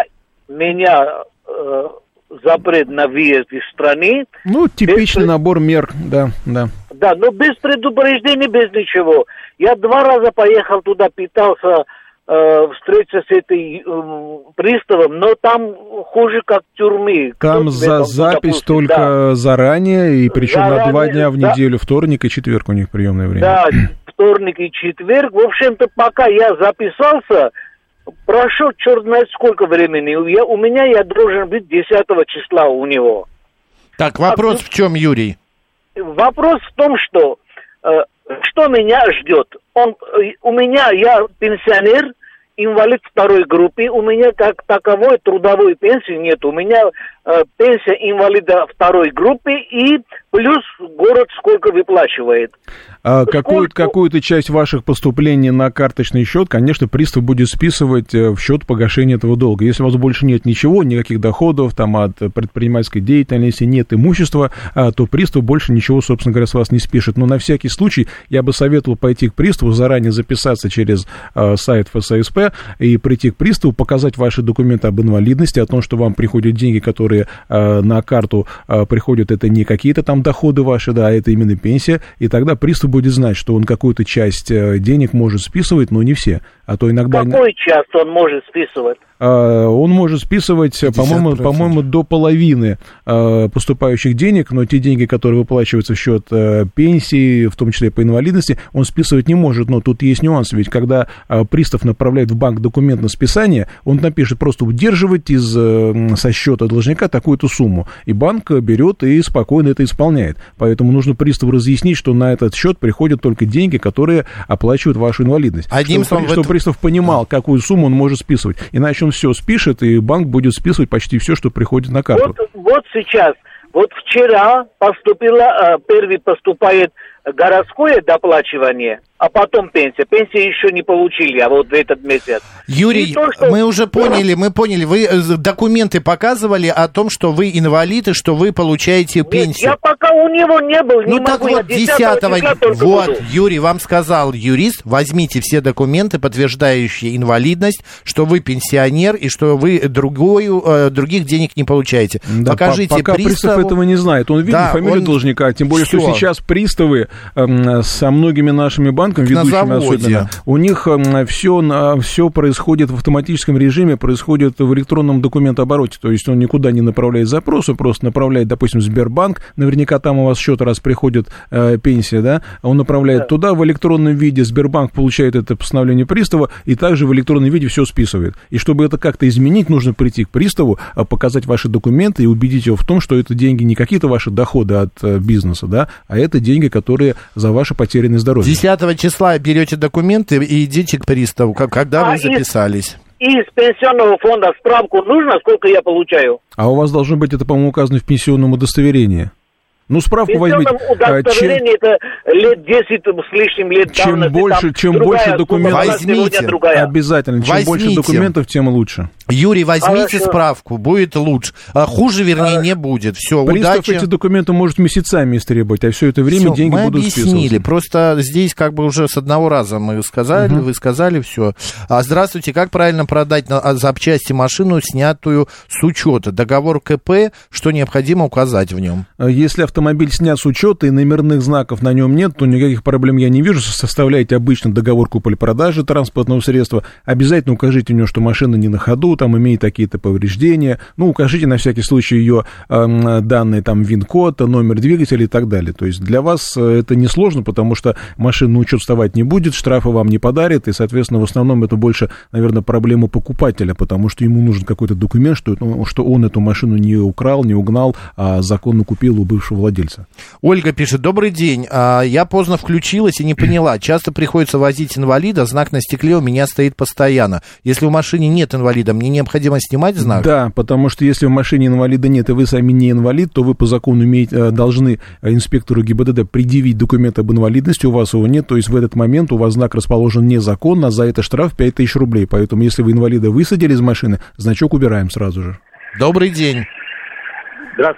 меня э, запрет на въезд из страны. Ну, типичный без... набор мер, да, да. Да, но без предупреждения, без ничего. Я два раза поехал туда, пытался э, встретиться с этой э, приставом, но там хуже, как в тюрьме. Там за там, запись допустим, только да. заранее, и причем заранее, на два дня в неделю, да. вторник и четверг у них приемное время. Да, вторник и четверг. В общем-то, пока я записался, прошло черт знает сколько времени. Я, у меня я должен быть десятого числа у него. Так, вопрос а, в чем, Юрий? Вопрос в том, что э, что меня ждет. Он, э, у меня, я пенсионер, инвалид второй группы, у меня как таковой трудовой пенсии нет. У меня э, пенсия инвалида второй группы и плюс город сколько выплачивает. А какую, какую-то часть ваших поступлений на карточный счет, конечно, пристав будет списывать в счет погашения этого долга. Если у вас больше нет ничего, никаких доходов там, от предпринимательской деятельности, нет имущества, то пристав больше ничего, собственно говоря, с вас не спишет. Но на всякий случай я бы советовал пойти к приставу, заранее записаться через э, сайт эф эс эс пэ и прийти к приставу, показать ваши документы об инвалидности, о том, что вам приходят деньги, которые э, на карту э, приходят, это не какие-то там доходы ваши, да, а это именно пенсия, и тогда пристав будет знать, что он какую-то часть денег может списывать, но не все. А то иногда... Какую часть он может списывать? Он может списывать, по-моему, по-моему, до половины поступающих денег, но те деньги, которые выплачиваются в счет пенсии, в том числе по инвалидности, он списывать не может. Но тут есть нюанс, ведь когда пристав направляет в банк документ на списание, он напишет просто удерживать из, со счета должника такую-то сумму, и банк берет и спокойно это исполняет. Поэтому нужно приставу разъяснить, что на этот счет приходят только деньги, которые оплачивают вашу инвалидность. Одним чтобы, словом, чтобы это... пристав понимал, какую сумму он может списывать. Иначе он все спишет, и банк будет списывать почти все, что приходит на карту. Вот, вот сейчас, вот вчера поступила, первый поступает городское доплачивание, а потом пенсия. Пенсию еще не получили, а вот в этот месяц. Юрий, то, что... мы уже поняли, мы поняли. Вы документы показывали о том, что вы инвалид и что вы получаете пенсию. Нет, я пока у него не был, не ну, так могу. Вот десятого Вот, буду. Юрий, вам сказал юрист, возьмите все документы, подтверждающие инвалидность, что вы пенсионер и что вы другую, других денег не получаете. Да, покажите по- пока приставу. Пристав этого не знает. Он видит да, фамилию он... должника, тем более, все. Что сейчас приставы э, со многими нашими банками, ведущими особенно, у них э, все, все происходит в автоматическом режиме, происходит в электронном документообороте. То есть он никуда не направляет запрос, он просто направляет, допустим, в Сбербанк, наверняка там у вас счет, раз приходит э, пенсия, да, он направляет да. туда в электронном виде, Сбербанк получает это постановление пристава и также в электронном виде все списывает. И чтобы это как-то изменить, нужно прийти к приставу, показать ваши документы и убедить его в том, что это деньги не какие-то ваши доходы от э, бизнеса, да, а это деньги, которые за ваше потерянное здоровье. десятого числа берете документы и идите к приставу, когда а вы записались. И из пенсионного фонда справку нужно, сколько я получаю? А у вас должно быть это, по-моему, указано в пенсионном удостоверении. Ну, справку возьмите. Удостоверение чем... это лет десять с лишним лет чем давности, больше, чем другая, больше документов, возьмите, обязательно, чем возьмите. Больше документов, тем лучше. Юрий, возьмите Хорошо. Справку, будет лучше. А хуже, вернее, а... не будет. Все, Пристав удачи. Эти документы может месяцами истребовать, а все это время все, деньги мы будут объяснили. списываться. Просто здесь как бы уже с одного раза мы сказали, угу. вы сказали все. А, здравствуйте, как правильно продать на запчасти машину, снятую с учета? Договор КП, что необходимо указать в нем? Если автомобиль снят с учета, учета и номерных знаков на нем нет, то никаких проблем я не вижу. Составляете обычно договор купли-продажи транспортного средства. Обязательно укажите у него, что машина не на ходу, там имеет какие-то повреждения. Ну, укажите на всякий случай ее э, данные, там, ВИН-код, номер двигателя и так далее. То есть для вас это несложно, потому что машина на учет вставать не будет, штрафы вам не подарит, и, соответственно, в основном это больше, наверное, проблема покупателя, потому что ему нужен какой-то документ, что, ну, что он эту машину не украл, не угнал, а законно купил у бывшего владельца. Ольга пишет: добрый день, я поздно включилась и не поняла. Часто приходится возить инвалида, знак на стекле у меня стоит постоянно. Если в машине нет инвалида, мне необходимо снимать знак? Да, потому что если в машине инвалида нет, и вы сами не инвалид, то вы по закону имеете, должны инспектору ГИБДД предъявить документ об инвалидности, у вас его нет, то есть в этот момент у вас знак расположен незаконно, за это штраф пять тысяч рублей. Поэтому если вы инвалида высадили из машины, значок убираем сразу же. Добрый день. Здравствуйте.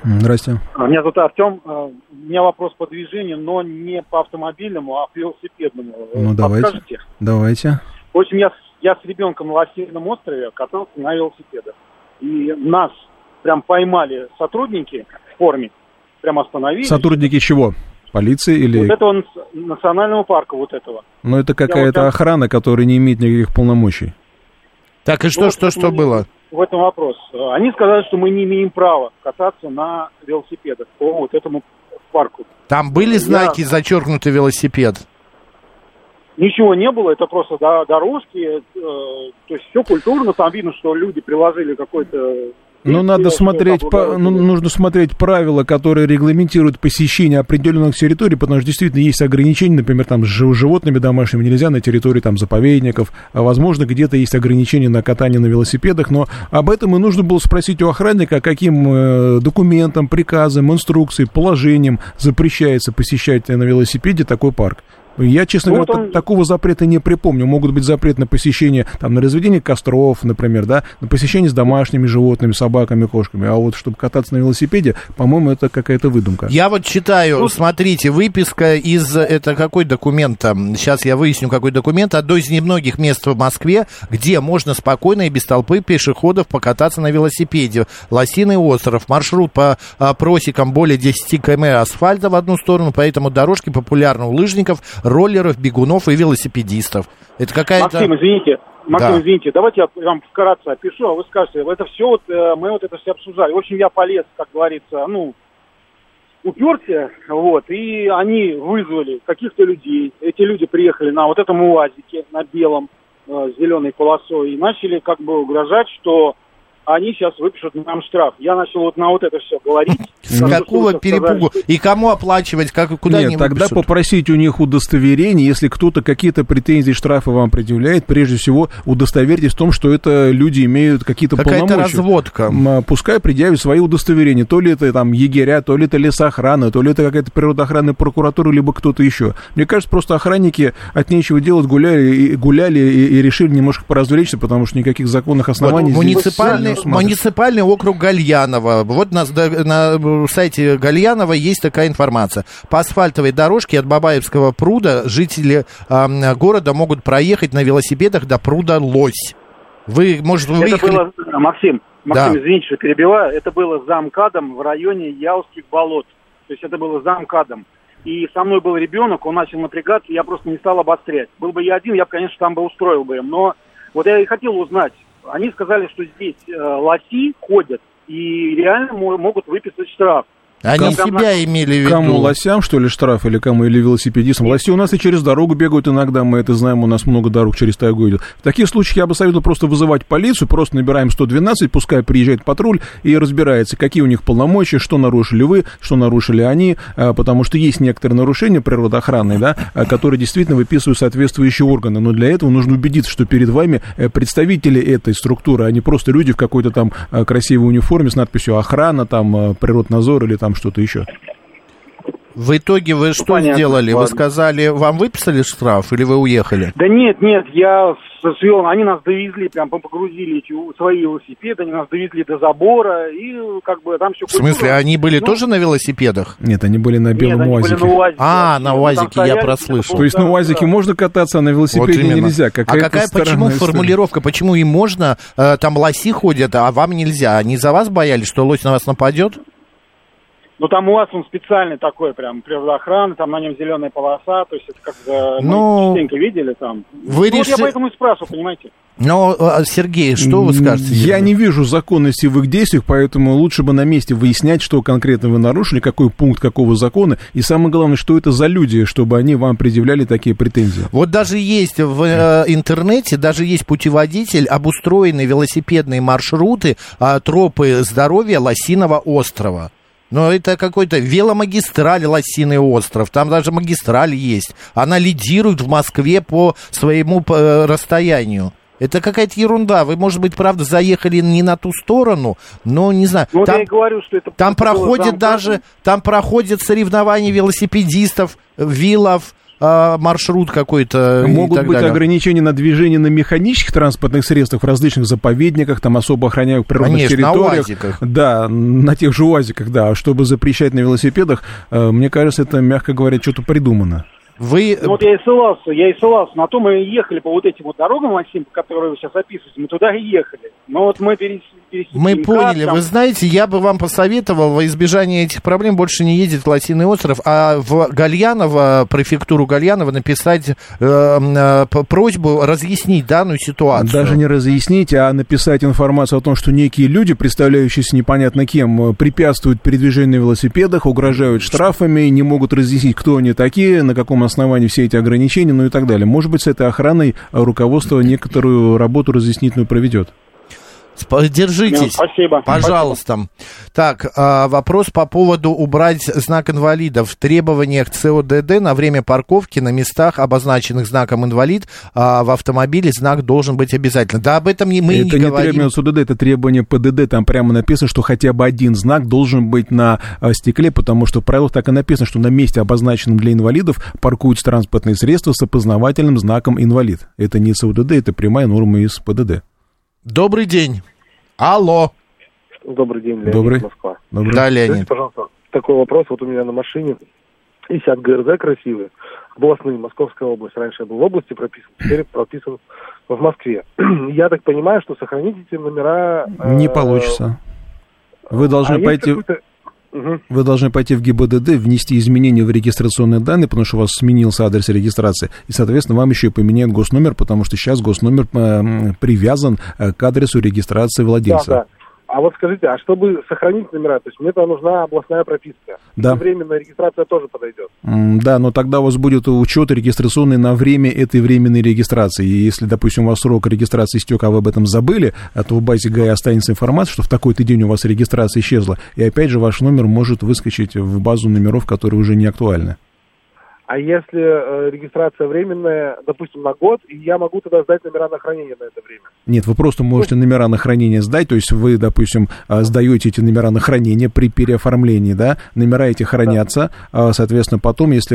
Здрасте. Меня зовут Артем. У меня вопрос по движению, но не по автомобильному, а по велосипедному. Ну, давайте. Подскажете? Давайте. В общем, я, я с ребенком на Лосином острове катался на велосипедах. И нас прям поймали сотрудники в форме, прям остановили. Сотрудники чего? Полиции или... Вот этого национального парка, вот этого. Ну, это какая-то вот прям... охрана, которая не имеет никаких полномочий. Так, и что, вот, что, что, что было? В этом вопрос. Они сказали, что мы не имеем права кататься на велосипедах по вот этому парку. Там были знаки, Я... зачеркнутый велосипед? Ничего не было, это просто дорожки, э, то есть все культурно, там видно, что люди приложили какой-то... Ну, надо смотреть, по, ну, нужно смотреть правила, которые регламентируют посещение определенных территорий, потому что действительно есть ограничения, например, там с животными домашними нельзя на территории там заповедников, а возможно, где-то есть ограничения на катание на велосипедах, но об этом и нужно было спросить у охранника, каким э, документам, приказам, инструкциям, положением запрещается посещать на велосипеде такой парк. Я, честно ну, говоря, он... такого запрета не припомню. Могут быть запрет на посещение, там, на разведение костров, например, да, на посещение с домашними животными, собаками, кошками. А вот чтобы кататься на велосипеде, по-моему, это какая-то выдумка. Я вот читаю, ну, смотрите, выписка из, это какой документ там, сейчас я выясню, какой документ, одно из немногих мест в Москве, где можно спокойно и без толпы пешеходов покататься на велосипеде. Лосиный остров, маршрут по а, просекам более десять километров асфальта в одну сторону, поэтому дорожки популярны у лыжников, роллеров, бегунов и велосипедистов. Это какая-то... Максим, извините, Максим, да. извините, давайте я вам вкратце опишу, а вы скажете, это все вот, мы вот это все обсуждали. В общем, я полез, как говорится, ну, уперся, вот, и они вызвали каких-то людей. Эти люди приехали на вот этом УАЗике, на белом, э, с зеленой полосой, и начали как бы угрожать, что они сейчас выпишут нам штраф. Я начал вот на вот это все говорить. С какого перепугу? Сказали, что... И кому оплачивать? Как, куда Нет, они тогда выпишут? Попросить у них удостоверение. Если кто-то какие-то претензии, штрафы вам предъявляет, прежде всего удостоверьтесь в том, что это люди имеют какие-то Какая-то полномочия. разводка. Пускай предъявят свои удостоверения. То ли это там егеря, то ли это лесоохрана, то ли это какая-то природоохранная прокуратура, либо кто-то еще. Мне кажется, просто охранники от нечего делать гуляли, и, гуляли и, и решили немножко поразвлечься, потому что никаких законных оснований вот, здесь муниципальный, муниципальный округ Гальянова. Вот на, на сайте Гальянова есть такая информация. По асфальтовой дорожке от Бабаевского пруда жители э, города могут проехать на велосипедах до пруда Лось. Вы, может, вы это выехали... было, Максим, Максим, да. извините, что перебиваю, это было замкадом в районе Яузских болот. То есть это было замкадом. И со мной был ребенок, он начал напрягаться, я просто не стал обострять. Был бы я один, я бы, конечно, там бы устроил бы им. Но вот я и хотел узнать. Они сказали, что здесь э, лоси ходят и реально мо- могут выписать штраф. Они кому, себя имели в виду. Кому, лосям, что ли, штраф, или кому, или велосипедистам? Лоси у нас и через дорогу бегают иногда, мы это знаем, у нас много дорог через тайгу идет. В таких случаях я бы советовал просто вызывать полицию, просто набираем сто двенадцать, пускай приезжает патруль и разбирается, какие у них полномочия, что нарушили вы, что нарушили они, потому что есть некоторые нарушения природоохранные, да, которые действительно выписывают соответствующие органы, но для этого нужно убедиться, что перед вами представители этой структуры, а не просто люди в какой-то там красивой униформе с надписью «Охрана», там, «Природнадзор» или там что-то еще. В итоге вы что Понятно, сделали? Ладно. Вы сказали, вам выписали штраф или вы уехали? Да нет, нет, я свел, они нас довезли, прям погрузили эти свои велосипеды, они нас довезли до забора, и как бы там все... В смысле, культура. Они были ну, тоже на велосипедах? Нет, они были на белом нет, УАЗике. На УАЗике. А, на УАЗике, я прослышал. То есть на УАЗике да. можно кататься, а на велосипеде вот нельзя. Какая а какая, почему история? Формулировка, почему им можно, э, там лоси ходят, а вам нельзя? Они за вас боялись, что лось на вас нападет? Ну, там у вас он специальный такой, прям, природоохрана, там на нем зеленая полоса, то есть это как бы ну, мы частенько видели там. Вы ну, реши... вот я поэтому и спрашиваю, понимаете? Но, Сергей, что вы скажете? Я не вижу законности в их действиях, поэтому лучше бы на месте выяснять, что конкретно вы нарушили, какой пункт какого закона, и самое главное, что это за люди, чтобы они вам предъявляли такие претензии. Вот даже есть в э, интернете, даже есть путеводитель, обустроенные велосипедные маршруты, э, тропы здоровья Лосиного острова. Но это какой-то веломагистраль Лосиный остров, там даже магистраль есть. Она лидирует в Москве по своему по, расстоянию. Это какая-то ерунда. Вы, может быть, правда, заехали не на ту сторону, но не знаю. Ну, там, я и говорю, что это... Там проходит даже, там проходят соревнования велосипедистов, вилов, а, маршрут какой-то. Могут быть далее. Ограничения на движение на механических транспортных средствах в различных заповедниках, там особо охраняемых природных Конечно, территориях. на УАЗиках. Да, на тех же УАЗиках, да. Чтобы запрещать на велосипедах, мне кажется, это, мягко говоря, что-то придумано. Вы... Ну, вот я и ссылался, я и ссылался на то, мы ехали по вот этим вот дорогам, Максим, которые вы сейчас описываете, мы туда и ехали. Но вот мы пересекли... Мы поняли, там... вы знаете, я бы вам посоветовал во избежание этих проблем больше не ездить в Лосиный остров, а в Гальяново, префектуру Гальянова написать э, э, просьбу разъяснить данную ситуацию. Даже не разъяснить, а написать информацию о том, что некие люди, представляющиеся непонятно кем, препятствуют передвижению на велосипедах, угрожают штрафами, не могут разъяснить, кто они такие, на каком основании все эти ограничения, ну и так далее. Может быть, с этой охраной руководство некоторую работу разъяснительную проведет. Держитесь, спасибо. Пожалуйста. Спасибо. Так, а, вопрос по поводу убрать знак инвалидов. В требованиях ЦОДД на время парковки на местах, обозначенных знаком инвалид, а, в автомобиле знак должен быть обязательно. Да, об этом не, мы это не, не говорим. Это не требование ЦОДД, это требование ПДД. Там прямо написано, что хотя бы один знак должен быть на а, стекле, потому что в правилах так и написано, что на месте, обозначенном для инвалидов, паркуются транспортные средства с опознавательным знаком инвалид. Это не ЦОДД, это прямая норма из ПДД. Добрый день. Алло. Добрый день, Леонид, Добрый. Москва. Добрый. Да, Леонид. Скажите, пожалуйста, такой вопрос. Вот у меня на машине висят ГРЗ красивые, областные, Московская область. Раньше я был в области прописан, теперь прописан в Москве. Я так понимаю, что сохранить эти номера... Не получится. Вы должны а пойти... Угу. Вы должны пойти в ГИБДД, внести изменения в регистрационные данные, потому что у вас сменился адрес регистрации, и, соответственно, вам еще и поменяют госномер, потому что сейчас госномер э, привязан к адресу регистрации владельца. Да, да. А вот скажите, а чтобы сохранить номера, то есть мне там нужна областная прописка. Да. Временная регистрация тоже подойдет. Mm, да, но тогда у вас будет учет регистрационный на время этой временной регистрации. И если, допустим, у вас срок регистрации истек, а вы об этом забыли, то в базе ГАИ останется информация, что в такой-то день у вас регистрация исчезла. И опять же ваш номер может выскочить в базу номеров, которые уже не актуальны. А если э, регистрация временная, допустим, на год, и я могу тогда сдать номера на хранение на это время? Нет, вы просто можете номера на хранение сдать, то есть вы, допустим, сдаете эти номера на хранение при переоформлении, да, номера эти хранятся, да. Соответственно, потом, если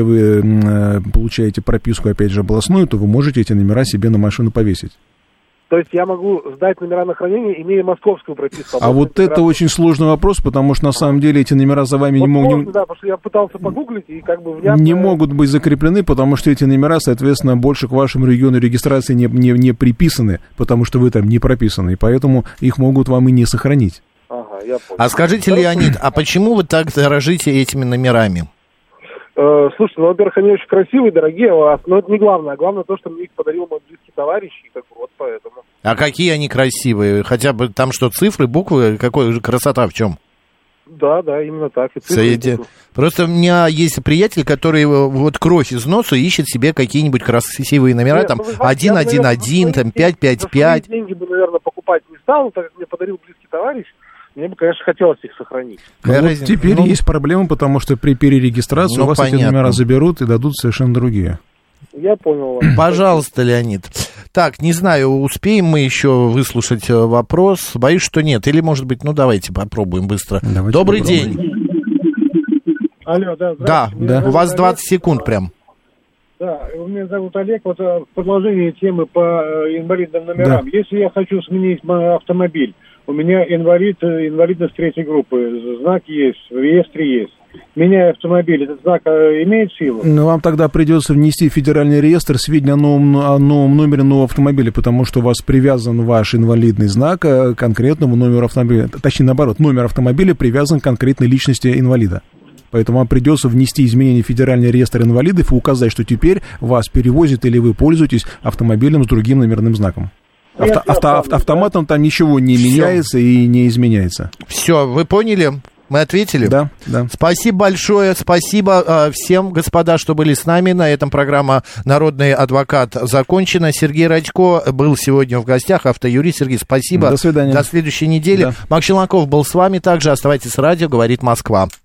вы получаете прописку, опять же, областную, то вы можете эти номера себе на машину повесить. То есть я могу сдать номера на хранение, имея московскую прописку. А вот это очень сложный вопрос, потому что на самом деле эти номера за вами вот не могут... Да, потому что я пытался погуглить и как бы внятно... Не могут быть закреплены, потому что эти номера, соответственно, больше к вашему региону регистрации не, не, не приписаны, потому что вы там не прописаны, и поэтому их могут вам и не сохранить. Ага, я понял. А скажите, Леонид, а почему вы так дорожите этими номерами? Слушайте, ну, во-первых, они очень красивые, дорогие, но это не главное. Главное то, что мне их подарил мой близкий товарищ, и как бы вот поэтому. А какие они красивые? Хотя бы там что, цифры, буквы? Какой красота в чем? Да, да, именно так. И цифры, просто у меня есть приятель, который вот кровь из носа ищет себе какие-нибудь красивые номера, Нет, там один один один, там пять пять пять. За свои деньги бы, наверное, покупать не стал, так как мне подарил близкий товарищ. Мне бы, конечно, хотелось их сохранить. Ну, вот теперь ну, есть проблема, потому что при перерегистрации ну, у вас понятно. Эти номера заберут и дадут совершенно другие. Я понял. Пожалуйста, Леонид. Так, не знаю, успеем мы еще выслушать вопрос. Боюсь, что нет. Или, может быть, ну давайте попробуем быстро. Давайте Добрый попробуем. День. Алло, да, да, да. У вас двадцать секунд прям. Да, меня зовут Олег. Вот в продолжении темы по инвалидным номерам. Да. Если я хочу сменить автомобиль, у меня инвалид, инвалидность третьей группы, знак есть, в реестре есть. Меняя автомобиль, этот знак имеет силу? Ну, вам тогда придется внести в федеральный реестр сведения о новом, о новом номере нового автомобиля, потому что у вас привязан ваш инвалидный знак к конкретному номеру автомобиля. Точнее, наоборот, номер автомобиля привязан к конкретной личности инвалида. Поэтому вам придется внести изменения в федеральный реестр инвалидов и указать, что теперь вас перевозят или вы пользуетесь автомобилем с другим номерным знаком. Авто, авто, авто, автоматом там ничего не Все. меняется и не изменяется. Все, вы поняли? Мы ответили? Да, да. Спасибо большое, спасибо э, всем, господа, что были с нами. На этом программа «Народный адвокат» закончена. Сергей Радько был сегодня в гостях, автоюрист. Сергей, спасибо. До свидания. До следующей недели. Да. Макс Челноков был с вами также. Оставайтесь с радио, говорит Москва.